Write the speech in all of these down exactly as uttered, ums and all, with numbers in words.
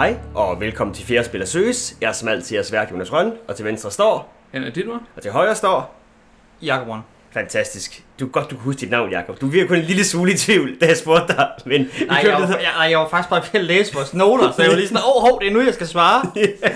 Hej, og velkommen til Fjerde Spiller Søges. Jeg er som altid jeres vært, Jonas Rønn, og til venstre står... Henrik Dittmer. Og til højre står... Jakob Rønn. Fantastisk. Du godt, du kan huske dit navn, Jakob. Du virker kun en lille smule i tvivl, da jeg spurgte dig, men... Nej, jeg var, jeg, jeg var faktisk bare ved at læse vores noter, så jeg var lige sådan, åh, oh, hov, det er nu, jeg skal svare.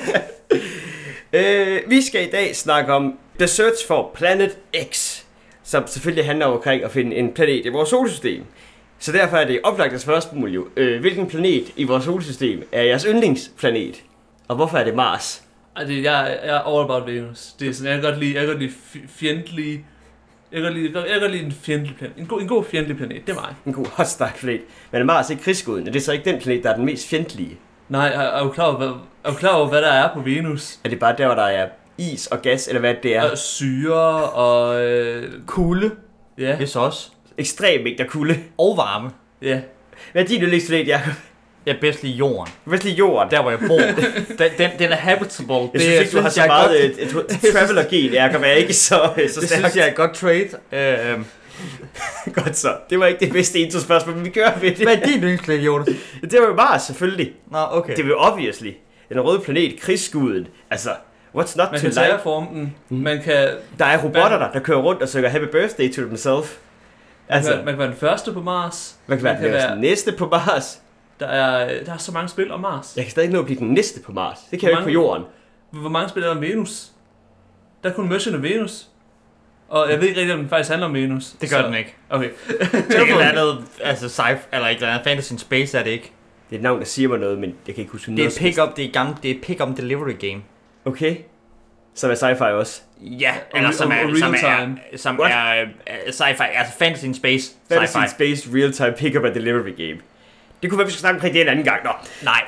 øh, vi skal i dag snakke om The Search for Planet X, som selvfølgelig handler omkring at finde en planet i vores solsystem. Så derfor er det oplagt af spørgsmål jo, øh, hvilken planet i vores solsystem er jeres yndlingsplanet? Og hvorfor er det Mars? Ej, det, jeg, jeg er all about Venus. Det er sådan, jeg kan godt lide, jeg kan godt lide fjendtlige... Jeg kan godt lide, jeg kan godt lide en fjendtlig planet. En god, en god fjendtlig planet, det er mig. En god hostile planet. Men er Mars ikke krigsguden? Er det så ikke den planet, der er den mest fjendtlige? Nej, er, er, du klar over, hvad, er du klar over, hvad der er på Venus? Er det bare der, hvor der er is og gas, eller hvad det er? Og syre og... Øh, Kulde. ja. Det er så også. Ekstrem mængder kulde. Og varme. Ja. Hvad er din yndlingsplanet, Jacob? Jeg er bedst lige jorden. Bedst lige jorden. Der hvor jeg bor. den, den, den er habitable. Jeg det, synes ikke, du har så meget godt... et, et traveler-gen, Jacob. Jeg er ikke så, så det stærkt. Det synes jeg er et godt trade. Uh, Godt så. Det var ikke det bedste intro-spørgsmål, men vi gør ved det. Hvad er din yndlingsplanet, Jonas? Det var jo Mars, selvfølgelig. Nå, okay. Det var jo obviously. Den røde planet, krigsguden. Altså, what's not man to kan like? terraforme den. Mm. Man kan... Der er robotter der, der kører rundt og synger happy birthday to themselves. Altså, man kan være den første på Mars. Man kan være, man kan være den næste på Mars. Der er, der er så mange spil om Mars. Jeg kan stadig ikke nå at blive den næste på Mars. Det kan jeg jo ikke på jorden. Hvor mange spil er der om Venus? Der er kun Mission of Venus. Og jeg ved ikke rigtig, om den faktisk handler om Venus. Det gør så... den ikke. Okay. Det er ikke andet, altså sci-fi, eller ikke andet, fantasy in space er det ikke. Det er et navn, der siger mig noget, men jeg kan ikke huske noget. Det er pick-up, det er gammel, det er pick-up delivery game. Okay. Som er sci-fi også. Ja, eller som er, som er, som er uh, sci-fi, altså fantasy in space. Fantasy sci-fi. in space, real-time pick-up and delivery game. Det kunne være, vi skulle snakke omkring det en anden gang, nå. Nej.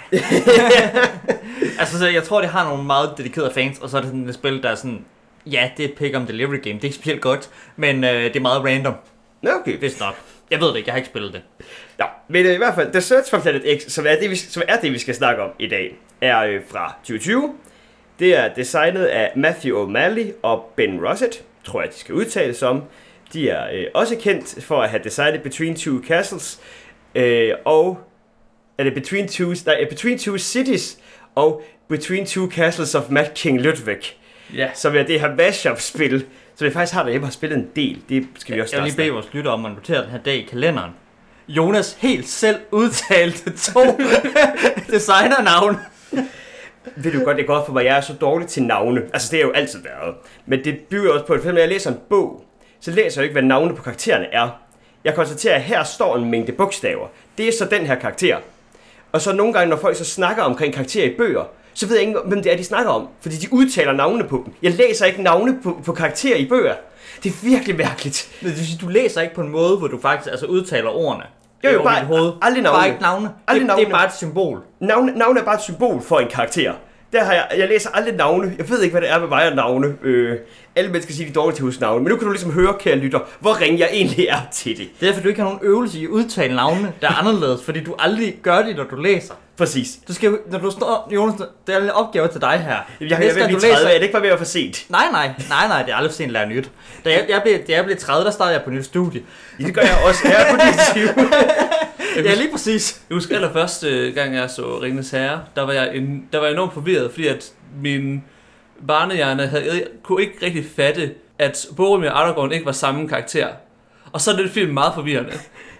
altså, så jeg tror, det har nogle meget dedikerede fans, og så er det sådan et spil, der er sådan, ja, det er et pick-up delivery game, det er ikke specielt godt, men uh, det er meget random. Nå, okay. Vist nok. Jeg ved det ikke, jeg har ikke spillet det. Nå, men uh, i hvert fald, The Search for Planet X, som er det, vi, som er det, vi skal snakke om i dag, er uh, fra tyve tyve. Det er designet af Matthew O'Malley og Ben Rossett, tror jeg, de skal udtale som. De er øh, også kendt for at have designet Between Two Castles, øh, og er det Between Two, nej, Between Two Cities og Between Two Castles of Mad King Ludwig, ja. Som er det her mashup-spil, som jeg faktisk har derhjemme og har spillet en del. Det skal vi også Jeg vil lige bede vores lytter om at notere den her dag i kalenderen. Jonas helt selv udtalte to designernavne. Ved du godt, det er godt for mig, jeg er så dårlig til navne. Altså, det er jo altid været. Men det bygger også på, at når jeg læser en bog, så læser jeg ikke, hvad navne på karaktererne er. Jeg konstaterer, at her står en mængde bogstaver. Det er så den her karakter. Og så nogle gange, når folk så snakker omkring karakterer i bøger, så ved jeg ikke, hvem det er, de snakker om. Fordi de udtaler navne på dem. Jeg læser ikke navne på, på karakterer i bøger. Det er virkelig mærkeligt. Det vil sige, du læser ikke på en måde, hvor du faktisk altså, udtaler ordene. Jo, jo, bare, hoved. aldrig navne. Bare ikke navne. Aldrig det, navne. Det er bare et symbol. Navne, navne er bare et symbol for en karakter. Der har jeg, jeg læser aldrig navne. Jeg ved ikke, hvad det er med mig og navne. Øh, alle mennesker siger, de er dårlige til at huske navne. Men nu kan du ligesom høre, kære lytter, hvor ringe jeg egentlig er til det. Det er derfor, du ikke har nogen øvelse i at udtale navne, der er anderledes. Fordi du aldrig gør det, når du læser. Præcis. Du skal, når du står, Jonas, det er en opgave til dig her. Jeg, jeg, jeg vil blive tredive, er det ikke bare ved at være for sent? Nej, nej, nej, nej, det er aldrig for sent at lære nyt. Da jeg, jeg, blev, da jeg blev tredive, der startede jeg på et nyt studie. Ja, det gør jeg også. Jeg er på tyve. Ja, lige præcis. Jeg husker allerførste gang, jeg så Ringenes Herre, der var jeg, en, der var jeg enormt forvirret, fordi at min barnehjerne havde, jeg kunne ikke rigtig fatte, at Boromir og Aragorn ikke var samme karakter. Og så er det film meget forvirrende.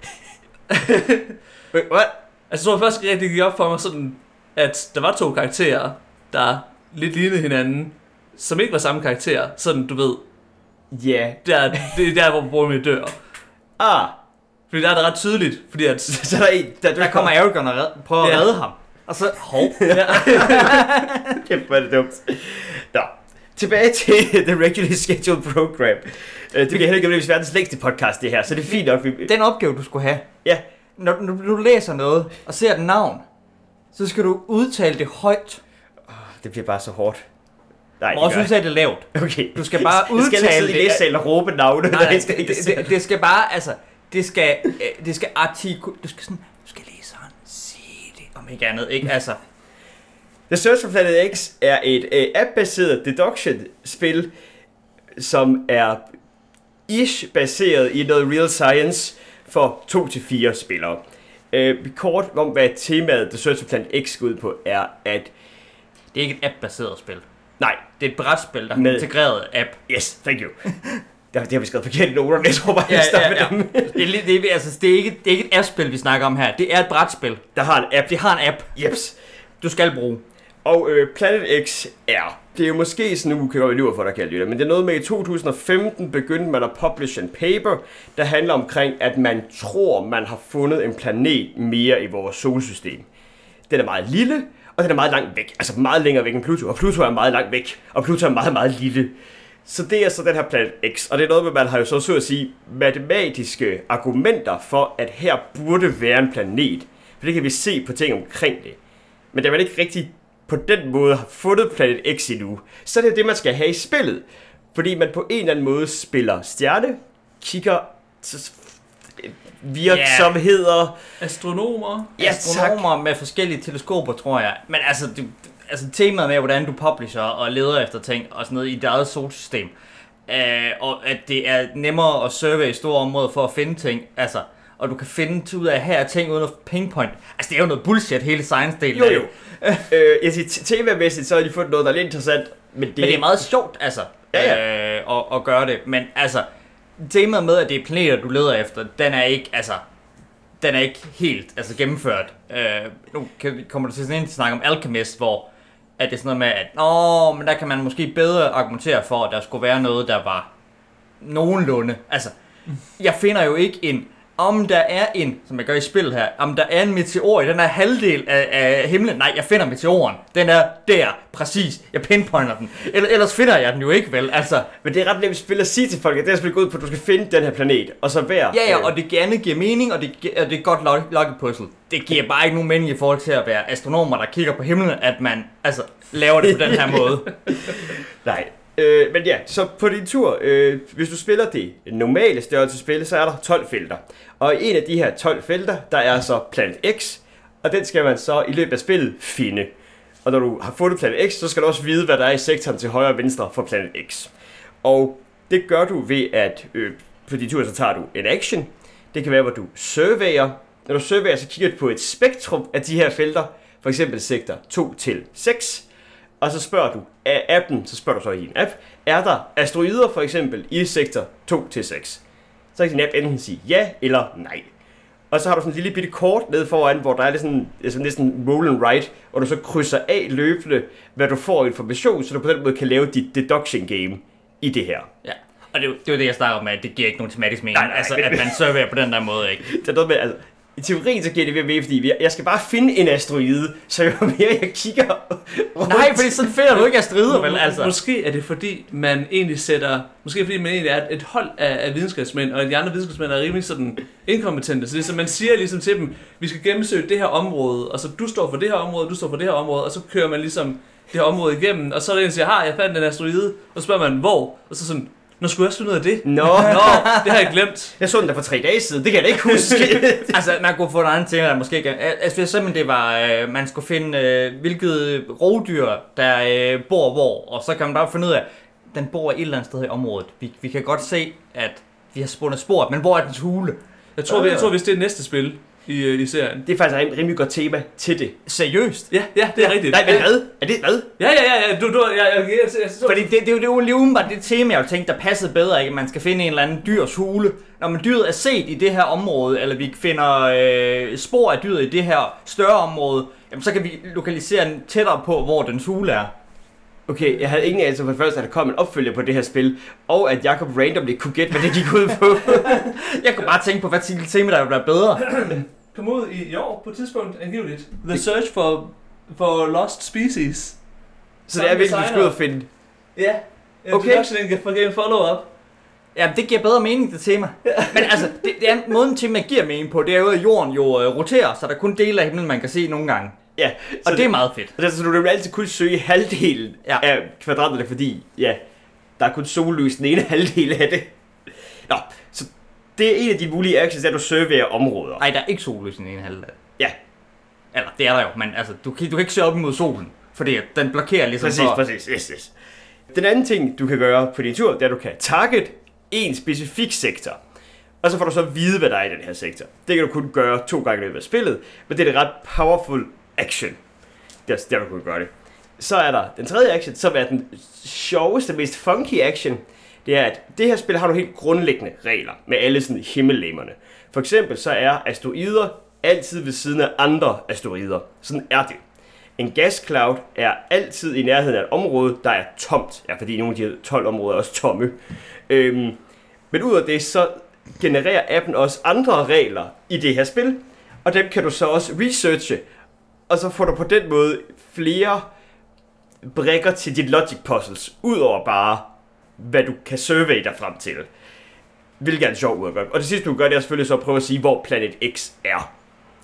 Wait, what? Altså, jeg tror først rigtig gik op for mig sådan, at der var to karakterer, der lidt lignede hinanden, som ikke var samme karakter, sådan du ved. Ja. Yeah. Der, det er der, hvor Boromir dør. Ah. Fordi der er det ret tydeligt, fordi at... Så der, er en, der, der kommer Aragorn og red, prøver ja. at redde ham. Og så, hov. Ja. Kæft, hvor er det dumt. Nå. Tilbage til The Regularly Scheduled Program. Det bliver heller ikke nødvendigvis verdens længste podcast, det her, så det er fint nok. Vi... Den opgave, du skulle have. Ja. Når, når du læser noget og ser et navn, så skal du udtale det højt. Oh, det bliver bare så hårdt. Nej, du må også udtale det lavt. Okay. Du skal bare udtale det. Jeg skal ikke sidde i og råbe navne. Nej, nej, det, det, det, det skal bare, altså, det skal, det skal artikul... Du skal sådan, du skal læseren sige det, om ikke andet, ikke? Altså... The Search for Planet X er et uh, app-baseret deduction-spil, som er ish baseret i noget real science for to til fire spillere. Øh, kort om, hvad temaet The Search for Planet X går ud på, er, at... Det er ikke et app-baseret spil. Nej. Det er et brætspil, der har Med- en integreret app. Yes, thank you. Det har, det har vi skrevet forkert i noterne, jeg tror bare, Ja, jeg ja, starter ja. med dem. Det er, li- det, er, altså, det, er ikke, det er ikke et app-spil, vi snakker om her. Det er et brætspil. Der har en app. Det har en app, Jeps. du skal bruge. Og øh, Planet X er, det er jo måske sådan, nu kan jeg godt lyve for dig, kan jeg lytte, men det er noget med, i to tusind og femten begyndte man at publish en paper, der handler omkring, at man tror, man har fundet en planet mere i vores solsystem. Den er meget lille, og den er meget langt væk, altså meget længere væk end Pluto, og Pluto er meget langt væk, og Pluto er meget, meget lille. Så det er så den her Planet X, og det er noget med, man har jo så så at sige matematiske argumenter for, at her burde være en planet, for det kan vi se på ting omkring det. Men da man ikke rigtig på den måde har fundet Planet X endnu, så er det det, man skal have i spillet. Fordi man på en eller anden måde spiller stjerne, kigger virksomheder. Astronomer. Ja, Astronomer med forskellige teleskoper, tror jeg. Men altså, det, altså temaet med, hvordan du publisher og leder efter ting og sådan noget i dit eget solsystem. Øh, og at det er nemmere at survey i store områder for at finde ting. Altså, og du kan finde ud af her er ting uden at pinpoint. Altså, det er jo noget bullshit, hele science-delen. Jo, jo. øh, jeg siger, temamæssigt, så har de fundet noget, der er lidt interessant. Men det, Men det er meget sjovt, altså, Ja, øh, at, at gøre det. Men altså, temaet med, at det er planeter, du leder efter, den er ikke, altså, den er ikke helt altså, gennemført. Øh, nu kan, kommer du til sådan en til at snakke om Alchemist, hvor at det er sådan noget med, at Nå, men der kan man måske bedre argumentere for, at der skulle være noget, der var nogenlunde. Altså, jeg finder jo ikke en, om der er en, som jeg gør i spillet her, om der er en meteor i den her halvdel af, af himlen. Nej, jeg finder meteoren. Den er der, præcis. Jeg pinpointer den. Eller, ellers finder jeg den jo ikke, vel? Altså, men det er ret nemt spil at sige til folk, at det er spillet ud på, at du skal finde den her planet, og så hver... ja, ja, og det gerne giver mening, og det, gi- og det er godt log- logic puzzle. Det giver bare ikke nogen mening i forhold til at være astronomer, der kigger på himlen, at man altså laver det på den her måde. Nej. Øh, men ja, så på din tur, øh, hvis du spiller det normale størrelsespil, så er der tolv felter. Og i en af de her tolv felter, der er så Planet X, og den skal man så i løbet af spillet finde. Og når du har fundet Planet X, så skal du også vide, hvad der er i sektoren til højre og venstre for Planet X. Og det gør du ved, at øh, på din tur, så tager du en action. Det kan være, hvor du surveyer. Når du surveyer, så kigger du på et spektrum af de her felter, for eksempel sektor to til seks. Og så spørger du af appen, så spørger du så i en app, er der asteroider for eksempel i sektor to til seks? Så kan din app enten sige ja eller nej. Og så har du sådan en lille bitte kort nede foran, hvor der er sådan, altså næsten roll and write, hvor du så krydser af løbende, hvad du får information, så du på den måde kan lave dit deduction game i det her. Ja. Og det er, jo, det er jo det, jeg snakker om, at det giver ikke nogen tematisk mening. Nej, nej, altså, men- at man surveyer på den der måde, ikke? Det er noget med, altså, i teorien så giver det ved med, fordi jeg skal bare finde en asteroide, så jo mere jeg kigger rundt. Nej, fordi sådan finder du ikke asteroider, vel? Altså. Måske er det fordi, man egentlig sætter... Måske fordi man egentlig er et hold af, af videnskabsmænd, og de andre videnskabsmænd er rimelig sådan inkompetente. Så det er så, man siger ligesom til dem, vi skal gennemsøge det her område, og så du står for det her område, du står for det her område, og så kører man ligesom det her område igennem, og så er det en, der siger, har jeg fandt en asteroide, og så spørger man, hvor? Og så sådan, nå, skulle jeg også finde ud af det? Nå, Nå, det har jeg glemt. jeg så den der for tre dage siden, det kan jeg da ikke huske. Altså, man kunne få en anden ting, der måske ikke... Altså, hvis simpelthen det var, øh, man skulle finde, øh, hvilket rovdyr, der øh, bor hvor, og så kan man bare finde ud af, den bor et eller andet sted i området. Vi, vi kan godt se, at vi har spundet spor, men hvor er dens hule? Jeg tror, jeg tror hvis det er næste spil i, i serien. Det er faktisk et rimelig godt tema til det. Seriøst? Ja, ja, det er rigtigt. Nej, men hvad? Er det hvad? Ja, ja, ja, ja, du, du, jeg, jeg, jeg, jeg, jeg, jeg, Fordi det, det, er jo- det er jo lige umiddelbart det tema, jeg tænkte, der passede bedre, ikke? Man skal finde en eller anden dyrs hule. Når man dyret er set i det her område, eller vi finder øh, spor af dyret i det her større område, jamen så kan vi lokalisere den tættere på, hvor dens hule er. Okay, jeg havde ingen anelse for det første, at der kom en opfølger på det her spil, og at Jacob randomly kunne gætte, hvad det gik ud på. Jeg kunne bare tænke på, hvad tema der ville være bedre. kom ud i, i år på et tidspunkt angiveligt. The Search for, for Lost Species. Så det er virkelig, du skal ud og finde. Ja. Okay. Introduction for Game Follow-up. Ja, det giver bedre mening, det tema. Men altså, det, det er måden tema giver mening på, det er jo, at jorden jo øh, roterer, så der er kun dele af himlen, man kan se nogle gange. Ja, Og det, det er meget fedt. Og det, så du vil altid kun søge halvdelen Ja. ja. af kvadraterne, fordi ja, der er kun sollys den ene halvdel af det. Nå, så det er en af de mulige actions, at du surveyer områder. Nej, der er ikke sollys i den ene halvdel. Ja, Eller, det er der jo, men altså, du, kan- du kan ikke se op imod solen, fordi at den blokerer ligesom præcis, for... præcis, yes, yes. Den anden ting, du kan gøre på din tur, det er, at du kan target en specifik sektor. og så får du så at vide, hvad der er i den her sektor. Det kan du kun gøre to gange i løbet af spillet, men det er det ret powerful action. Det er der, du kunne gøre det. Så er der den tredje action, som er den sjoveste, mest funky action. Det er, at det her spil har nogle helt grundlæggende regler med alle sådan himmellegemerne. For eksempel så er asteroider altid ved siden af andre asteroider. Sådan er det. En gas cloud er altid i nærheden af et område, der er tomt. Ja, fordi nogle af de her tolv områder er også tomme. Øhm, men ud af det, så genererer appen også andre regler i det her spil. Og dem kan du så også researche. Og så får du på den måde flere brikker til dit logic puzzles, udover bare, hvad du kan survey dig frem til. Hvilket er en sjov ud at gøre. Og det sidste, du gør, det er selvfølgelig så at prøve at sige, hvor Planet X er.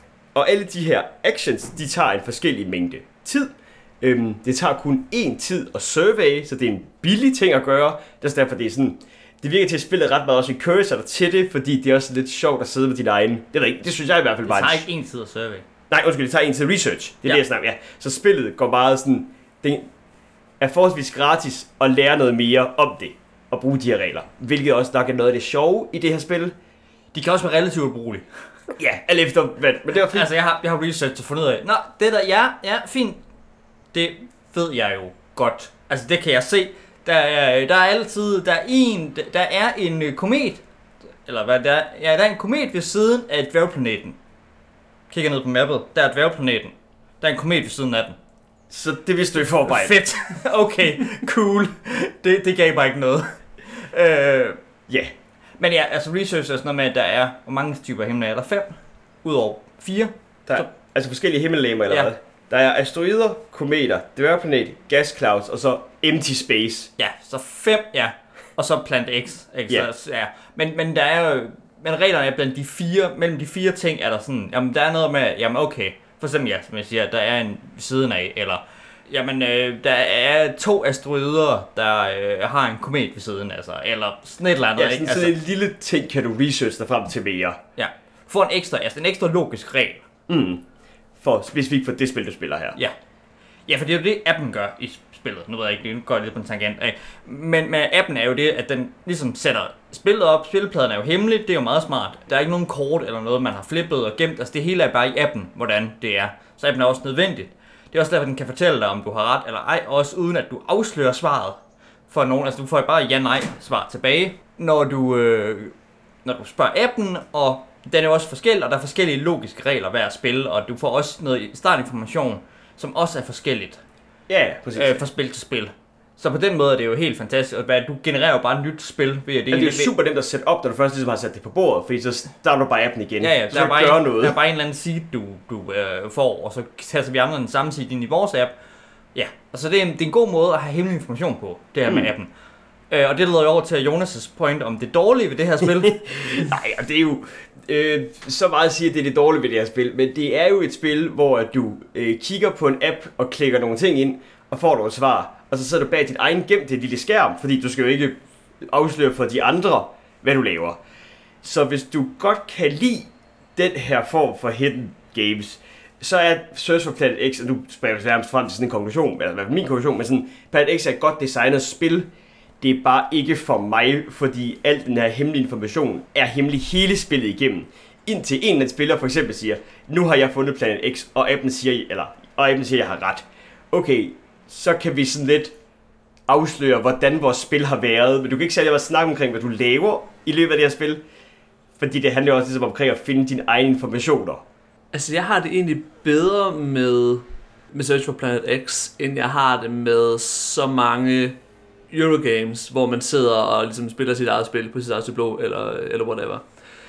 Og alle de her actions, de tager en forskellig mængde tid. Øhm, det tager kun én tid at survey, så det er en billig ting at gøre. Det er derfor, det er sådan... Det virker til at spille ret meget også encourager dig til det, fordi det er også lidt sjovt at sidde med din egen... Det, ikke, det synes jeg i hvert fald bare... Det tager ikke én tid at survey. Nej, undskyld, det tager en til research. Det er ja. det, jeg snakker. Ja. Så spillet går meget sådan... Det er forholdsvis gratis at lære noget mere om det. Og bruge de her regler. Hvilket også nok er noget af det sjove i det her spil. De kan også være relativt ubrugelige. Ja, alt efter hvad. Men det var fint. Altså, jeg har, jeg har research og fundet ud af... Nå, det der, ja, ja, fint. Det ved jeg jo godt. Altså, det kan jeg se. Der er, der er altid... Der er en... Der er en komet. Eller hvad der er... Ja, der er en komet ved siden af dværgplaneten. Kigger ned på mappet. Der er dværgplaneten. Der er en komet ved siden af den. Så det vidste du i forvejen. Fedt. Okay, cool. Det, det gav bare ikke noget. Øh, Ja. yeah. Men ja, altså research er sådan noget med, at der er... Hvor mange typer himler er der? Fem? Udover fire? Der er, så, altså forskellige himmellegemer eller ja. hvad? Der er asteroider, kometer, dværgplanet, gas clouds og så empty space. Ja, så fem, ja. Og så Planet X. Ikke? Ja. Så, ja. Men, men der er jo... Men reglerne er blandt de fire... Mellem de fire ting er der sådan... Jamen, der er noget med... Jamen, okay. For eksempel, ja, som jeg siger, der er en ved siden af, eller... Jamen, øh, der er to asteroider, der øh, har en komet ved siden, altså, eller sådan et eller andet, Ja, sådan, ikke? sådan Altså, en lille ting kan du researche dig frem til mere. ja. For en ekstra, altså en ekstra logisk regel. Mm. For specifikt for det spil, du spiller her. Ja. Ja, for det er jo det, appen gør i spillet. Nu ved jeg ikke, nu går jeg lidt på en tangent. Men med appen er jo det, at den ligesom sætter spillet op. Spillepladen er jo hemmelig, det er jo meget smart. Der er ikke nogen kort eller noget, man har flippet og gemt. Altså det hele er bare i appen, hvordan det er. Så appen er også nødvendigt. Det er også derfor, den kan fortælle dig, om du har ret eller ej, også uden at du afslører svaret for nogen. Altså du får bare ja-nej svar tilbage, når du, øh, når du spørger appen, og den er jo også forskellig, og der er forskellige logiske regler hver spil, og du får også noget startinformation, som også er forskelligt Ja, præcis. øh, fra spil til spil. Så på den måde er det jo helt fantastisk, og du genererer jo bare et nyt spil ved at det. Ja, det er jo super nemt at sætte op, når du først ligesom har sat det på bordet, fordi så starter du bare appen igen. Ja, ja, så der er, du bare gøre en, noget. der er bare en eller anden seed, du, du øh, får, og så tager vi andre den samme seed ind i vores app. Ja, altså det er, en, det er en god måde at have hemmelig information på, det her mm. med appen. Øh, og det leder jo over til Jonas' point om det dårlige ved det her spil. Nej, og det er jo øh, så meget at sige, at det er det dårlige ved det her spil, men det er jo et spil, hvor du øh, kigger på en app og klikker nogle ting ind, og får du et svar, og så sidder du bag dit egen gemte lille skærm, fordi du skal jo ikke afsløre for de andre, hvad du laver. Så hvis du godt kan lide den her form for hidden games, så er Search for Planet X, og nu spørger jeg nærmest frem til sådan en konklusion, eller min konklusion, men sådan, Planet X er et godt designet spil. Det er bare ikke for mig, fordi al den her hemmelige information er hemmelig hele spillet igennem. Indtil en eller anden spiller for eksempel siger, nu har jeg fundet Planet X, og appen siger, eller, og appen siger, jeg har ret. Okay, så kan vi sådan lidt afsløre, hvordan vores spil har været, men du kan ikke særlig snakke omkring, hvad du laver i løbet af det her spil, fordi det handler også ligesom omkring at finde dine egne informationer. Altså, jeg har det egentlig bedre med, med Search for Planet X, end jeg har det med så mange Eurogames, hvor man sidder og ligesom spiller sit eget spil på sit eget blå, eller, eller whatever.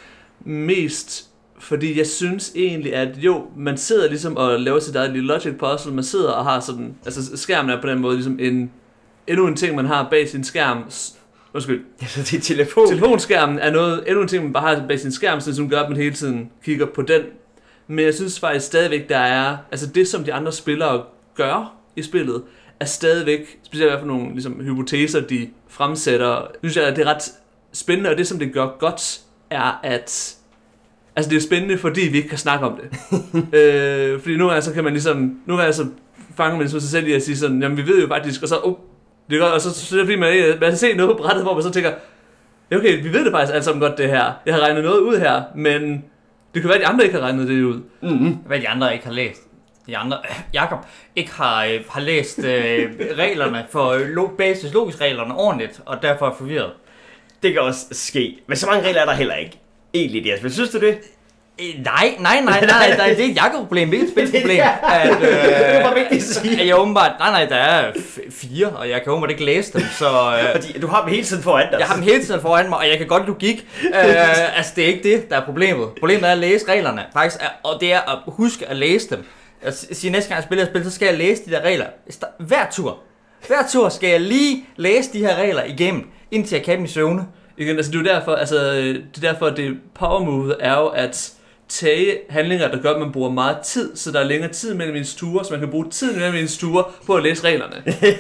Mest fordi jeg synes egentlig, at jo, man sidder ligesom og laver sit eget lille logic puzzle, man sidder og har sådan, altså skærmen er på den måde ligesom en, endnu en ting, man har bag sin skærm. Undskyld. Altså, det er telefon. Telefonskærmen er noget, endnu en ting, man bare har bag sin skærm, som gør, at man hele tiden kigger på den. Men jeg synes faktisk stadigvæk, der er, altså det, som de andre spillere gør i spillet, er stadigvæk, specielt i hvert fald nogle ligesom, hypoteser, de fremsætter, synes jeg, at det er ret spændende, og det, som det gør godt, er, at altså det er spændende, fordi vi ikke kan snakke om det. øh, fordi nogle gange så kan man ligesom, nogle gange så fanger man ligesom sig selv i at sige sådan, jamen vi ved jo faktisk, og så, oh, det er godt, og så, så er det fordi man, man kan se noget på brættet, hvor man så tænker, Okay, vi ved det faktisk alle sammen godt, det her. Jeg har regnet noget ud her, men det kan være, at de andre ikke har regnet det ud. Mm-hmm. Hvad de andre ikke har læst. De andre, Jakob, ikke har, øh, har læst øh, reglerne for lo- basis logisk reglerne ordentligt, og derfor er forvirret. Det kan også ske. Men så mange regler er der heller ikke. Egentlig, det er. Synes du det? Øh, nej, nej, nej, nej, nej, det er et Jakobs problem, det er et spilsproblem. At, øh, det var vigtigt at sige. At jeg åbenbart, nej, nej, der er f- fire, og jeg kan åbenbart ikke læse dem, så... Øh, Fordi du har dem hele tiden foran dig. Jeg har dem hele tiden foran mig, og jeg kan godt logik. Øh, altså, det er ikke det, der er problemet. Problemet er at læse reglerne, faktisk, er, og det er at huske at læse dem. Jeg siger, næste gang jeg spiller et spil, så skal jeg læse de der regler. Hver tur. Hver tur skal jeg lige læse de her regler igennem, indtil jeg kan dem i søvne. Igen, altså det er jo derfor, altså det er derfor, at det power move er jo at tage handlinger, der gør, at man bruger meget tid, så der er længere tid mellem ens ture, så man kan bruge tiden mellem ens ture på at læse reglerne.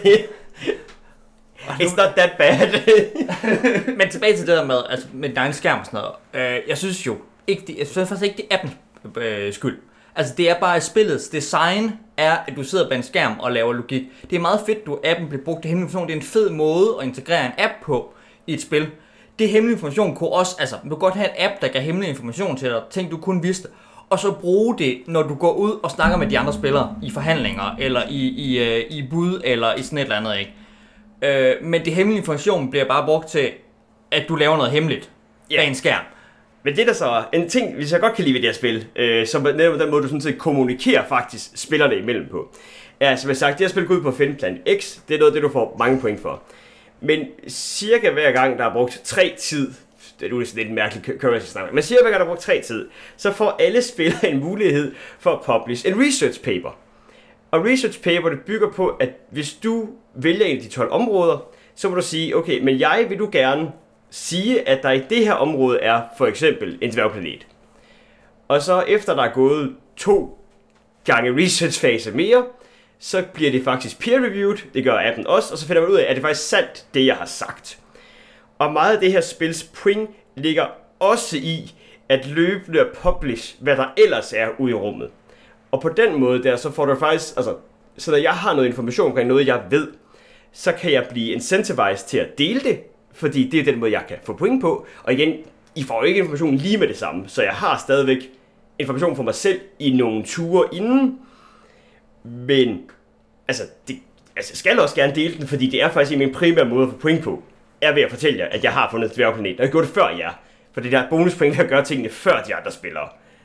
It's not that bad. Men tilbage til det der med, altså med din egen skærm og sådan noget. Øh, jeg synes jo ikke, det, jeg synes faktisk ikke, det er appens øh, skyld. Altså det er bare, at spillets design er, at du sidder bag en skærm og laver logik. Det er meget fedt, at appen bliver brugt til hemmelig information. Det er en fed måde at integrere en app på i et spil. Det hemmelig information kunne også, altså du kan godt have en app, der kan hemmelig information til dig, ting du kun vidste, og så bruge det, når du går ud og snakker med de andre spillere i forhandlinger, eller i, i, øh, i bud, eller i sådan et eller andet, ikke? Øh, men det hemmelige information bliver bare brugt til, at du laver noget hemmeligt bag en skærm. Men det der så er en ting, hvis jeg godt kan lide ved det her spil, øh, som netop den måde, du sådan set kommunikerer faktisk spillerne imellem på, er, som jeg sagt, det her spil går ud på at finde Planet X, det er noget det, du får mange point for. Men cirka hver gang, der er brugt tre tid, det er jo lidt en mærkelig currency-snak, men cirka hver gang, der er brugt tre tid, så får alle spillere en mulighed for at publish en research paper. Og research paper, det bygger på, at hvis du vælger en af de tolv områder, så må du sige, okay, men jeg vil du gerne sige, at der i det her område er for eksempel en dværgplanet. Og så efter der er gået to gange research-fase mere, så bliver det faktisk peer-reviewed, det gør appen også, og så finder man ud af, at det faktisk sandt, det jeg har sagt. Og meget af det her spils point ligger også i, at løbende publish, hvad der ellers er ude i rummet. Og på den måde der, så får du faktisk, altså, så når jeg har noget information omkring noget, jeg ved, så kan jeg blive incentivized til at dele det, fordi det er den måde, jeg kan få point på. Og igen, I får jo ikke information lige med det samme, så jeg har stadigvæk information for mig selv i nogle ture inden. Men, altså, det, altså jeg skal også gerne dele den, fordi det er faktisk min primære måde at få point på, er ved at fortælle jer, at jeg har fundet et dværgplanet. Og jeg har gjort det før jer, for det der bonuspoint der gør tingene før de andre spillere.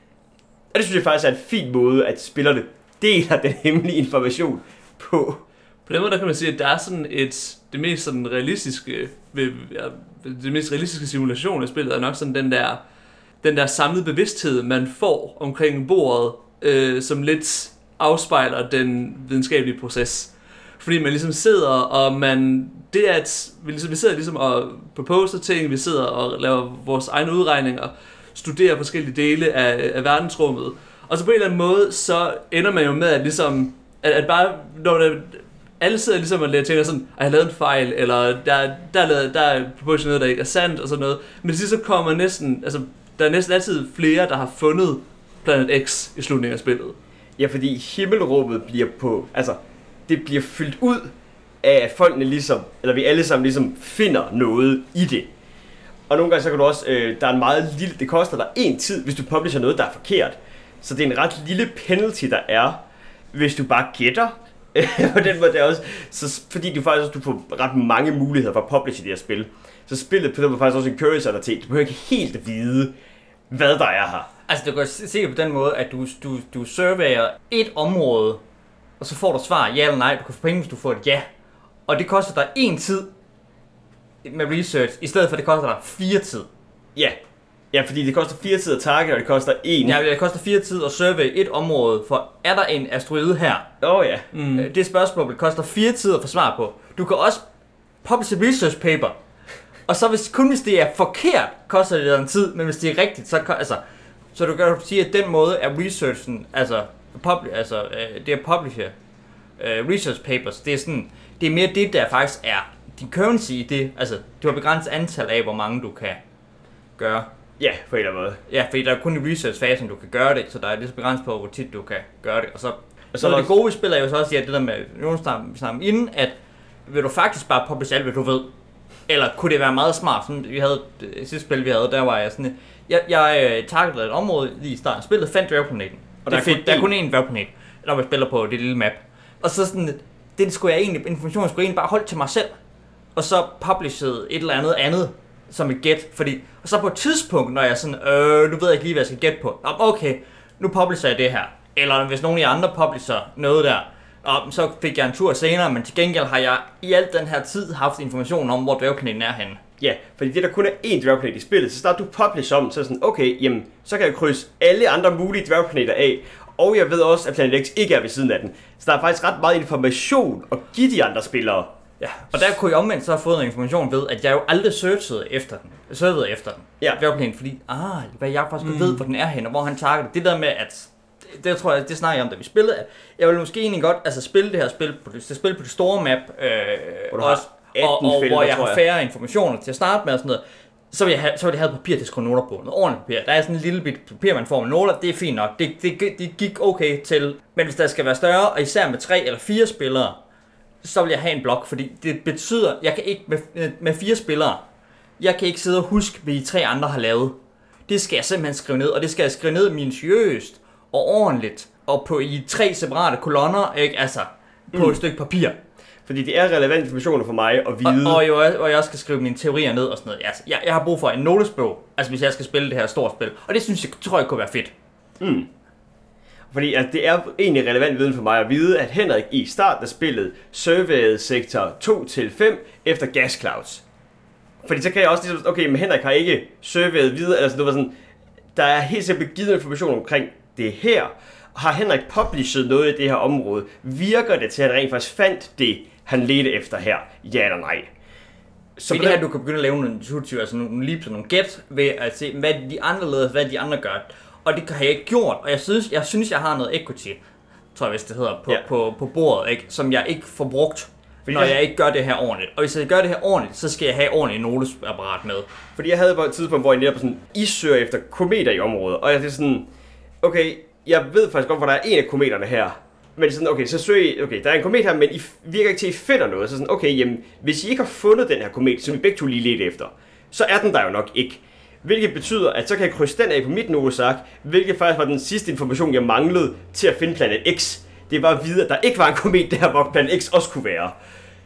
Og det synes jeg faktisk er en fin måde, at spillerne deler den hemmelige information på. På den måde der kan man sige, at der er sådan et, det mest sådan realistiske, det mest realistiske simulation af spillet er nok sådan den der, den der samlede bevidsthed, man får omkring bordet, øh, som lidt afspejler den videnskabelige proces. Fordi man ligesom sidder, og man, det er at, vi, ligesom, vi sidder ligesom og proposer ting, vi sidder og laver vores egne udregninger, studerer forskellige dele af, af verdensrummet, og så på en eller anden måde, så ender man jo med at ligesom, at, at bare, når der, alle sidder ligesom og tænker sådan, at jeg har lavet en fejl, eller der, der, er, lavet, der er proposition noget, der ikke er sandt, og sådan noget, men til så kommer næsten, altså, der er næsten altid flere, der har fundet Planet X i slutningen af spillet. Ja, fordi himmelrummet bliver på, altså, det bliver fyldt ud af, at folkene ligesom, eller vi alle sammen ligesom finder noget i det. Og nogle gange så kan du også, øh, der er en meget lille, det koster dig en tid, hvis du publisher noget, der er forkert. Så det er en ret lille penalty, der er, hvis du bare gætter. På den måde der også, så fordi du faktisk også, du får ret mange muligheder for at publishe det her spil. Så spillet på den måde faktisk også en curiosity. Du behøver ikke helt at vide, hvad der er her. Altså du kan se på den måde, at du, du, du surveyer et område, og så får du svar ja eller nej. Du kan få penge, hvis du får et ja. Og det koster dig en tid med research, i stedet for det koster dig fire tid. Ja, ja, fordi det koster fire tid at target, og det koster en. Ja, det koster fire tid at survey et område, for er der en asteroide her? Åh oh, ja. Mm. Det spørgsmål det koster fire tid at få svar på. Du kan også publish et research paper, og så hvis, kun hvis det er forkert, koster det en tid, men hvis det er rigtigt, så altså, så du kan sige, at den måde er researchen, altså, publi, altså det er publisher uh, research papers, det er sådan, det er mere det, der faktisk er din currency i det, altså du har begrænset antal af, hvor mange du kan gøre. Ja, på en eller anden måde. Ja, fordi der er kun i research-fasen, du kan gøre det, så der er lidt begrænset på, hvor tit du kan gøre det. Og så, og så, så det gode spil er jo så også, ja, det der med, nu snakker vi inden, at vil du faktisk bare publish alt, hvad du ved. Eller kunne det være meget smart, sådan vi havde, det sidste spil vi havde, der var jeg sådan, jeg, jeg uh, targetede et område lige i starten, spillet fandt dværgplaneten, og der, er kun, der er kun én dværgplanet, når man spiller på det lille map, og så sådan, den skulle jeg egentlig, informationen skulle jeg egentlig bare holde til mig selv, og så publishede et eller andet andet, som et gæt, fordi, og så på et tidspunkt, når jeg sådan, øh, nu ved jeg ikke lige, hvad jeg skal gætte på, okay, nu publisher jeg det her, eller hvis nogen af jer andre publisher noget der, og så fik jeg en tur senere, men til gengæld har jeg i al den her tid haft information om, hvor dværgplaneten er henne. Ja, fordi det der kun er én dværgplanet i spillet, så starter du publish om, så er sådan, okay, jamen, så kan jeg krydse alle andre mulige dværgplaneter af, og jeg ved også, at Planet X ikke er ved siden af den. Så der er faktisk ret meget information at give de andre spillere. Ja, og der kunne jeg omvendt så have fået noget information ved, at jeg jo aldrig searchede efter den. Jeg searchede efter den. Ja. Dværgplaneten, fordi, ah, hvad jeg faktisk mm. ved, hvor den er henne, og hvor han targeter. Det der med, at det tror jeg, det snakker jeg om, da vi spillede. Jeg vil måske egentlig godt altså, spille det her spil på det, spil på det store map, øh, også, og, og felter, hvor jeg har færre informationer til at starte med og sådan noget. Så vil jeg have, så vil jeg have papir til at skrive noter på. Noget ordentligt papir. Der er sådan en lille bit papir, man får med noter. Det er fint nok. Det, det, det gik okay til. Men hvis der skal være større, og især med tre eller fire spillere, så vil jeg have en blok. Fordi det betyder, jeg kan ikke med, med fire spillere, jeg kan ikke sidde og huske, hvad de tre andre har lavet. Det skal jeg simpelthen skrive ned. Og det skal jeg skrive ned minutiøst og ordentligt. Og på i tre separate kolonner, ikke? Altså på mm. et stykke papir. Fordi det er relevant informationer for mig at vide. Og, og, jo, og jeg også skal skrive mine teorier ned og sådan noget. Altså, jeg, jeg har brug for en notesbog, altså hvis jeg skal spille det her store spil. Og det synes jeg, tror jeg kunne være fedt. Mm. Fordi at det er egentlig relevant viden for mig at vide, at Henrik i starten af spillet surveyede sektor to til fem efter gas clouds. Fordi så kan jeg også ligesom, okay, men Henrik har ikke surveyet videre, eller sådan noget sådan, der er helt simpelthen givet information omkring det her. Har Henrik published noget i det her område? Virker det til, at han rent faktisk fandt det, han ledte efter her? Ja eller nej? Så i det her, du kan begynde at lave nogle intuitive, altså nogle leaps og nogle gæt, ved at se, hvad de andre leder, hvad de andre gør. Og det har jeg ikke gjort, og jeg synes, jeg synes, jeg har noget equity, tror jeg, hvis det hedder, på, ja. på, på bordet, ikke? Som jeg ikke får brugt, fordi når jeg ikke gør det her ordentligt. Og hvis jeg gør det her ordentligt, så skal jeg have ordentligt noteapparat med. Fordi jeg havde på et tidspunkt, hvor jeg netop sådan, I søger efter kometer i området, og jeg er sådan, okay, jeg ved faktisk godt, hvor der er en af kometerne her. Men sådan, okay, så søger I, okay, der er en komet her, men I virker ikke til, at I finder noget. Så sådan, okay, jamen, hvis I ikke har fundet den her komet, som I begge to lige ledte efter, så er den der jo nok ikke. Hvilket betyder, at så kan jeg krydse den af på mit notesark, hvilket faktisk var den sidste information, jeg manglede til at finde Planet X. Det var at vide, at der ikke var en komet der, hvor Planet X også kunne være.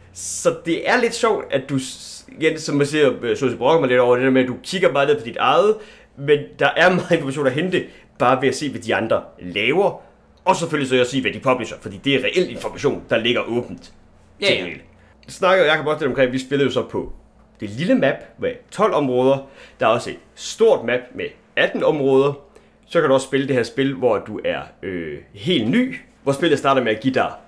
Så det er lidt sjovt, at du, igen, som man siger, så brokker mig lidt over det der med, at du kigger meget ned på dit eget, men der er meget information at hente, bare ved at se, hvad de andre laver, og selvfølgelig så jeg sige, hvad de publisher, fordi det er reelt information, der ligger åbent. Ja, ja. Snakker Jacob også lidt omkring, at vi spillede jo så på det lille map med tolv områder. Der er også et stort map med atten områder. Så kan du også spille det her spil, hvor du er øh, helt ny, hvor spillet starter med at give dig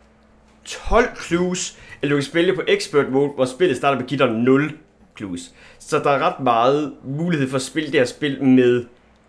tolv clues, eller du kan spille på expert mode, hvor spillet starter med at give dig nul clues. Så der er ret meget mulighed for at spille det her spil med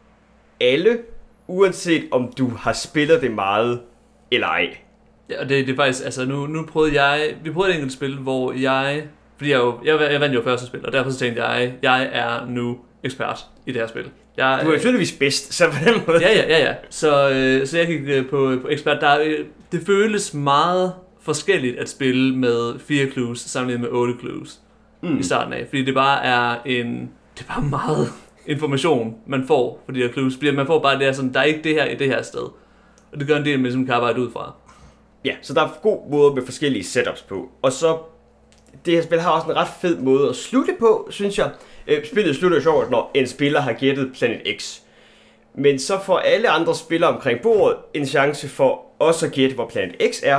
alle, uanset om du har spillet det meget eller ej. Ja, og det, det er faktisk, altså nu, nu prøvede jeg, vi prøvede et enkelt spil, hvor jeg, fordi jeg, jo, jeg, jeg vandt jo første spil, og derfor så tænkte jeg, jeg er nu ekspert i det her spil. Jeg, du er jo tydeligvis bedst, så på den måde. Ja, ja, ja, ja. Så, øh, så jeg gik på, på ekspert. Der, øh, det føles meget forskelligt at spille med fire clues sammenlignet med otte clues mm. i starten af, fordi det bare er en, det er bare meget information, man får for de her clues, fordi man får bare det her sådan, der er ikke det her i det her sted, og det gør en del, man ligesom kan arbejde ud fra. Ja, så der er god måde med forskellige setups på, og så det her spil har også en ret fed måde at slutte på, synes jeg. Spillet slutter jo sjovt, når en spiller har gættet Planet X, men så får alle andre spillere omkring bordet en chance for også at gætte, hvor Planet X er,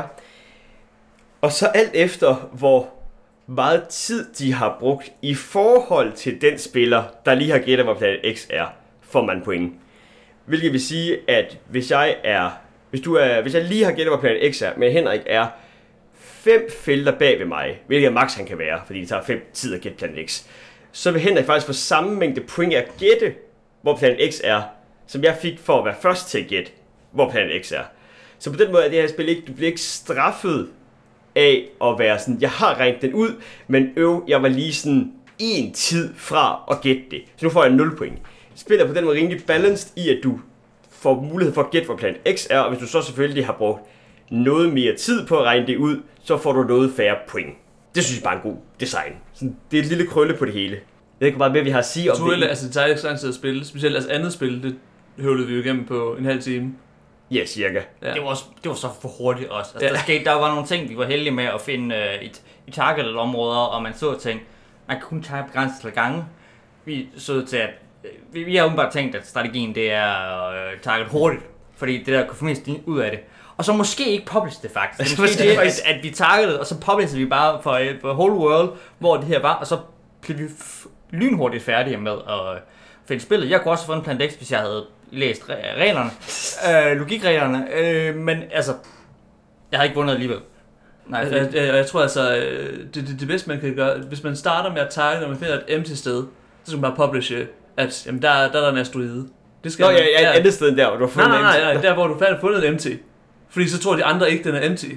og så alt efter, hvor meget tid de har brugt i forhold til den spiller, der lige har gættet, hvor Planet X er, får man point. Hvilket vil sige, at hvis jeg er, hvis du er, hvis jeg lige har gættet, hvor Planet X er, men Henrik er fem felter bag ved mig, hvilket max han kan være, fordi det tager fem tid at gætte Planet X, så vil Henrik faktisk få samme mængde point at gætte, hvor Planet X er, som jeg fik for at være først til at gætte, hvor Planet X er. Så på den måde er det her spil ikke, du bliver ikke straffet af at være sådan, jeg har regnet den ud, men øv, jeg var lige sådan en tid fra at gætte det. Så nu får jeg nul point. Spiller på den måde rimelig balanced i, at du får mulighed for at gætte, hvor Planet X er, og hvis du så selvfølgelig har brugt noget mere tid på at regne det ud, så får du noget færre point. Det synes jeg bare er en god design. Sådan, det er et lille krølle på det hele. Jeg ved ikke, hvor meget mere vi har at sige om det. det. Altså, det tager ikke så lang tid at spille. Specielt altså andet spil, det høvlede vi jo igennem på en halv time. Ja, cirka. Ja. Det, var også, det var så for hurtigt også. Altså, ja. der, skete, der var nogle ting, vi var heldige med at finde uh, i, i targeted områder, og man så ting, man kunne kun tage begrænset til gange. Vi så til, at vi, vi har umiddelbart tænkt, at strategien det er at uh, target hurtigt, fordi det der kunne få mest ud af det. Og så måske ikke publish det faktisk. Det er måske det, at, at vi targetede, og så publishede vi bare for, for whole world, hvor det her var, og så blev vi f- lynhurtigt færdige med at finde spillet. Jeg kunne også have fundet Planet X, hvis jeg havde læst reglerne, øh, logikreglerne, øh, men altså, jeg har ikke vundet alligevel. Nej, jeg, jeg, jeg, jeg tror altså, det, det, det bedste man kan gøre, hvis man starter med at target, når man finder et empty sted, så skal man bare publishe, at jamen, der, der er der en asteroide. Det skal Nå, man, ja, ja, et andet sted end der, hvor du har fundet nej, nej, nej, empty. der hvor du har fundet et empty. Fordi så tror de andre ikke, den er empty.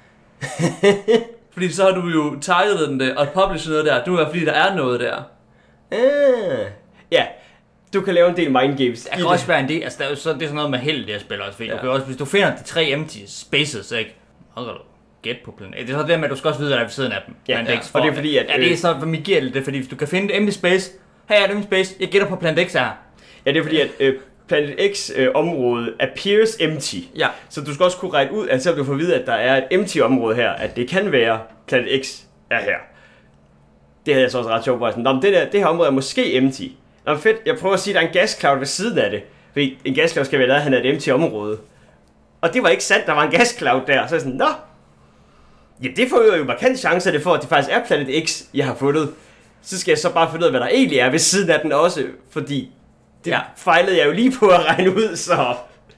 Fordi så har du jo targetet den der, og publishet noget der. Det er fordi, der er noget der. Ah, ja, du kan lave en del mind games. Der kan også være en del, altså der er jo så, det er sådan noget med held, det jeg spiller også. Fordi ja. Du kan også, hvis du finder de tre empty spaces, ikke? Så kan du gætte på planen. Det er så det med, at du skal også vide, hvad der er ved siden af dem. Ja, ja. Og det er fordi, at... Ja, det er så, for mig giver det, fordi hvis du kan finde et empty space, her er et empty space, jeg gætter på Planet X her. Ja, det er fordi, at øh, Planet X øh, område appears empty. Ja. Så du skal også kunne regne ud, at selvom du får at vide, at der er et empty område her, at det kan være, Planet X er her. Det havde jeg så også ret sjovt på. Nå, men det, der, det her område er måske empty. Nå, fedt, jeg prøver at sige, at der er en gascloud ved siden af det. Fordi en gascloud skal være lavet, at han er et empty område. Og det var ikke sandt, der var en gascloud der. Så er jeg sådan, nå. Ja, det får jo markant chancer det for, at det faktisk er Planet X, jeg har fundet. Så skal jeg så bare finde ud af, hvad der egentlig er ved siden af den også. Fordi det ja. fejlede jeg jo lige på at regne ud, så...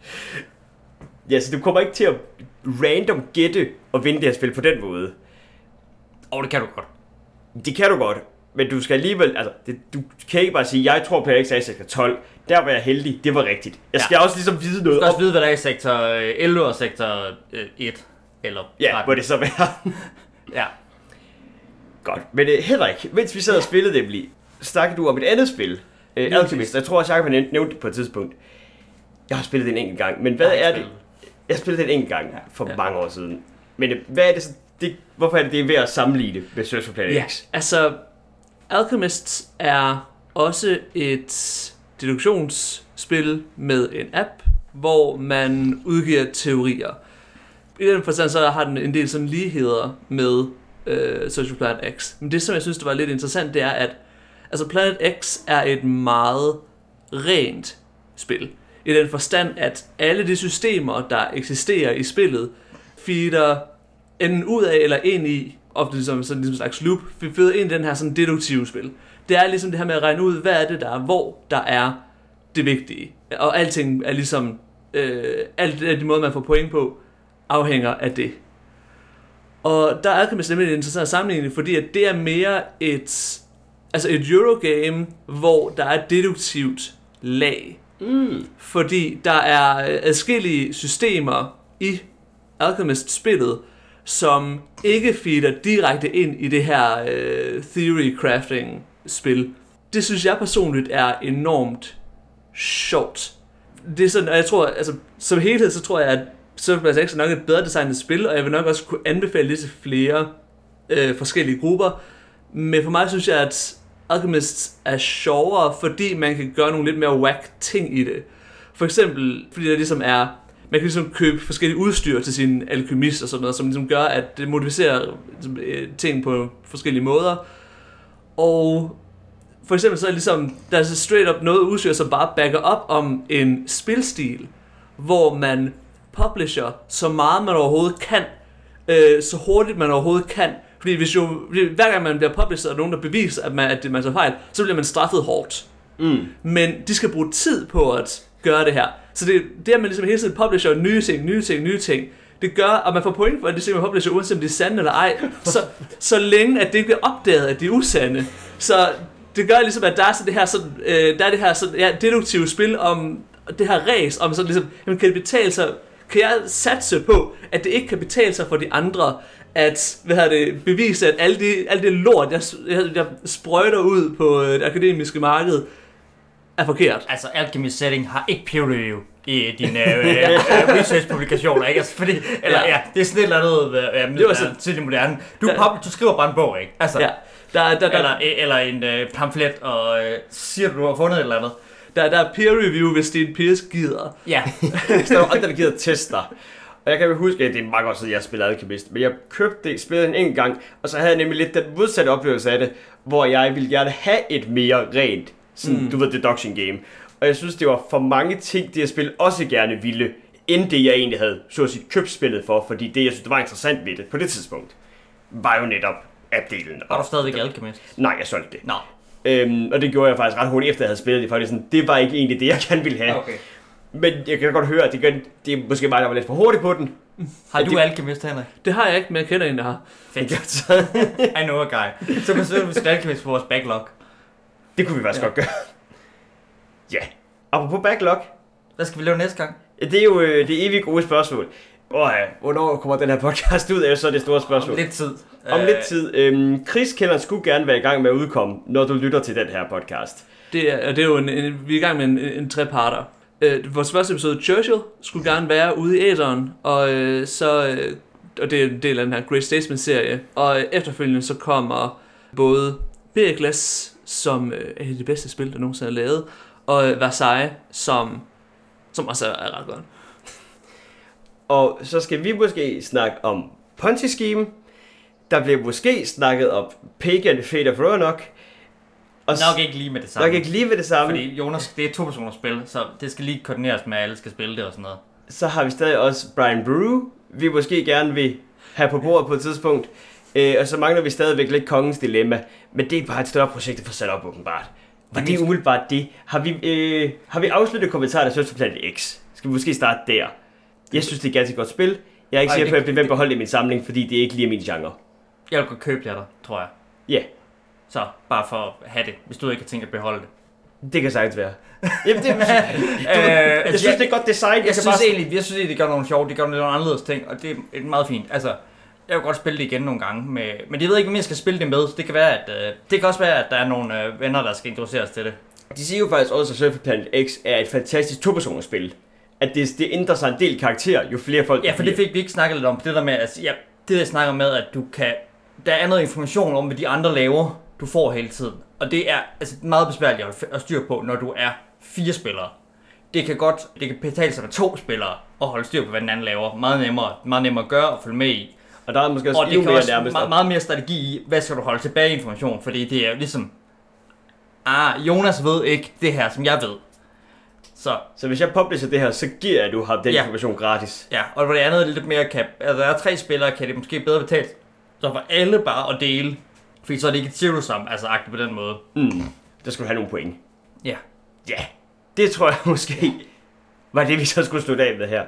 Ja, så du kommer ikke til at random gætte og vinde det her spil på den måde. Og oh, det kan du godt. Det kan du godt, men du skal alligevel... Altså, det, du kan ikke bare sige, jeg tror Planet X er i sektor tolv. Der var jeg heldig, det var rigtigt. Jeg skal ja. også ligesom vide noget. Du skal også vide, hvad der er i sektor elleve og sektor et. Eller ja, må det så være. Ja. Godt, men uh, Henrik, mens vi sad og spillede nemlig, snakkede du om et andet spil. Uh, Alchemist, jeg tror også, Jacob har nævnt det på et tidspunkt. Jeg har spillet det en enkelt gang, men hvad er det? Jeg har spillet det en enkelt gang for ja. mange år siden. Men uh, hvad er det så? Det, hvorfor er det, det er ved at sammenligne med Search for Planet ja, X? Altså, Alchemist er også et deduktionsspil med en app, hvor man udgiver teorier. I den forstand så har den en del sådan ligheder med øh, Search for Planet X. Men det, som jeg synes, det var lidt interessant, det er, at altså Planet X er et meget rent spil. I den forstand, at alle de systemer, der eksisterer i spillet, feeder enten ud af eller ind i, ofte ligesom sådan ligesom en slags loop, feeder ind i den her sådan deduktive spil. Det er ligesom det her med at regne ud, hvad er det der er, hvor der er det vigtige. Og alting er ligesom, øh, alt det de måder, man får point på, afhænger af det. Og der er Alchemist nemlig en interessant sammenligning, fordi at det er mere et, altså et Eurogame, hvor der er et deduktivt lag. Mm. Fordi der er adskillige systemer i Alchemist-spillet, som ikke feeder direkte ind i det her øh, theory crafting-spil. Det synes jeg personligt er enormt sjovt. Det er sådan, og jeg tror, altså som helhed, så tror jeg, at Search for Planet X er nok et bedre designet spil, og jeg vil nok også kunne anbefale det til flere øh, forskellige grupper. Men for mig synes jeg, at Alchemist er sjovere, fordi man kan gøre nogle lidt mere whack ting i det. For eksempel, fordi der ligesom er, man kan ligesom købe forskellige udstyr til sin alkymist og sådan noget, som ligesom gør, at det modificerer ting på forskellige måder. Og for eksempel så er ligesom, der er så straight up noget udstyr, som bare backer op om en spilstil, hvor man publisher så meget man overhovedet kan, øh, så hurtigt man overhovedet kan. Fordi hvis jo, hver gang man bliver publisher, og nogen der beviser, at man, at man tager fejl, så bliver man straffet hårdt. Mm. Men de skal bruge tid på at gøre det her. Så det, det at man ligesom hele tiden publisher nye ting, nye ting, nye ting, det gør, at man får point for, at de ting, man publisher, uanset om de er sande eller ej, så, så længe at det ikke bliver opdaget, at de er usande. Så det gør ligesom, at der er så det her, sådan, øh, der er det her sådan, ja, deduktive spil om det her race, om sådan ligesom, jamen, kan det betale sig, kan jeg satse på, at det ikke kan betale sig for de andre, at hvad hedder det, bevise, at alle det, alle det lort, jeg, jeg, jeg sprøjter ud på det akademiske marked, er forkert. Altså, Alchemist Setting har ikke peer review i dine øh, øh, research-publikationer, ikke? Altså, fordi, eller ja. ja, det er sådan et eller andet, øh, det var sådan tidlig moderne. Du, der, pop, du skriver bare en bog, ikke? Altså, ja. der, der, der, eller, eller en øh, pamflet, og øh, siger du, du har fundet et eller andet. Der, der er peer review, hvis Sten Pierce gider. Ja. Hvis der var andre, der gider teste dig. Og jeg kan huske, at det er mange år siden, jeg spillede Alchemist, men jeg købte det, spillede en enkelt gang, og så havde jeg nemlig lidt den modsatte oplevelse af det, hvor jeg ville gerne have et mere rent, sådan, mm. du ved, deduction game. Og jeg synes, det var for mange ting, det jeg spillede også gerne ville, end det jeg egentlig havde, så at sige, købt spillet for, fordi det, jeg synes, det var interessant ved det på det tidspunkt, var jo netop app-delen. Var du stadigvæk Alchemist? Nej, jeg solgte det. Nå. Øhm, og det gjorde jeg faktisk ret hurtigt efter jeg havde spillet det, for det, sådan, det var ikke egentlig det, jeg gerne ville have. Okay. Men jeg kan godt høre, at det, gør, det er måske mig, der var lidt for hurtigt på den. Har du det, Alchemist, Henrik? Det har jeg ikke, men jeg kender en, der har. Fedt. I know a guy. Så kan vi skrive Alchemist på vores backlog. Det kunne vi faktisk ja. godt gøre. Ja. Apropos backlog. Hvad skal vi lave næste gang? Det er jo øh, det evigt gode spørgsmål. Oh, ja. Hvornår kommer den her podcast ud af, så er det store spørgsmål. Om lidt tid. Om lidt tid. Øhm, Krigskælderen skulle gerne være i gang med at udkomme, når du lytter til den her podcast. Det er, det er jo en, en, vi er i gang med en, en treparter. Øh, vores første episode, Churchill, skulle gerne være ude i æteren, og øh, så øh, og det er en del af den her Great Statesman-serie. Og efterfølgende så kommer både Pericles, som øh, er det bedste spil, der nogensinde er lavet, og øh, Versailles, som, som også er, er ret godt. Og så skal vi måske snakke om Ponzi-scheme. Der bliver måske snakket om Pagan Fate of Roanoke. Og nok ikke lige med det samme. Nok ikke lige med det samme. Fordi Jonas, det er to personers spil, så det skal lige koordineres med, at alle skal spille det og sådan noget. Så har vi stadig også Brian Brew, vi måske gerne vil have på bordet på et tidspunkt. Øh, og så mangler vi stadigvæk lidt Kongens Dilemma. Men det er bare et større projekt, der får sat op åbenbart. Var det umiddelbart det? Har vi, øh, har vi afsluttet kommentarer, der synes på Planet X? Skal vi måske starte der? Jeg synes, det er et ganske godt spil. Jeg er ikke sikker på, at jeg bliver ved at beholde det i min samling, fordi det er ikke lige min genre. Jeg vil godt købe jer der, tror jeg. Ja. Yeah. Så, bare for at have det, hvis du ikke har tænkt at beholde det. Det kan sagtens være. Jamen, det, du, øh, jeg synes, jeg, det er godt design. Jeg, jeg, synes bare... egentlig, jeg synes egentlig, det gør nogle sjovt, det gør nogle anderledes ting, og det er meget fint. Altså, jeg vil godt spille det igen nogle gange, med, men jeg ved ikke, om jeg skal spille det med. Det kan være, at øh, det kan også være, at der er nogle øh, venner, der skal introduceres til det. De siger jo faktisk også, at Surfer Planet X er et fantastisk to-personers spil. At det, det ændrer sig en del karakterer, jo flere folk. Ja, for det fik vi ikke snakket lidt om. Det der med, altså, ja, det der snakker med, at du kan, der er noget information om, hvad de andre laver, du får hele tiden. Og det er altså meget besværligt at styre på, når du er fire spillere. Det kan godt, det kan betale sig med to spillere og holde styr på, hvad den anden laver. Meget nemmere, meget nemmere at gøre og følge med i. Og der er måske også, og det mere også nærmest meget, meget mere strategi i, hvad skal du holde tilbage information, fordi det er ligesom, ah, Jonas ved ikke det her, som jeg ved. Så, så hvis jeg publisher det her, så giver jeg, at du har den ja. information gratis. Ja, og på det andet lidt mere kan, altså der er tre spillere, kan det måske bedre betale. Så for alle bare at dele, fordi så er det ikke et zero sum, altså agtigt på den måde. Mm, der skulle du have nogle point. Ja. Ja, det tror jeg måske var det, vi så skulle slutte af med her.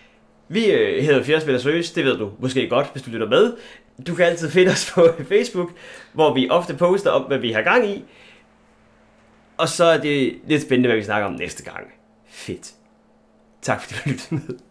Vi øh, hedder Fjerde Spiller Seriøst, det ved du måske godt, hvis du lytter med. Du kan altid finde os på Facebook, hvor vi ofte poster om, hvad vi har gang i. Og så er det lidt spændende, hvad vi snakker om næste gang. Fedt. Tak fordi du lyttede med.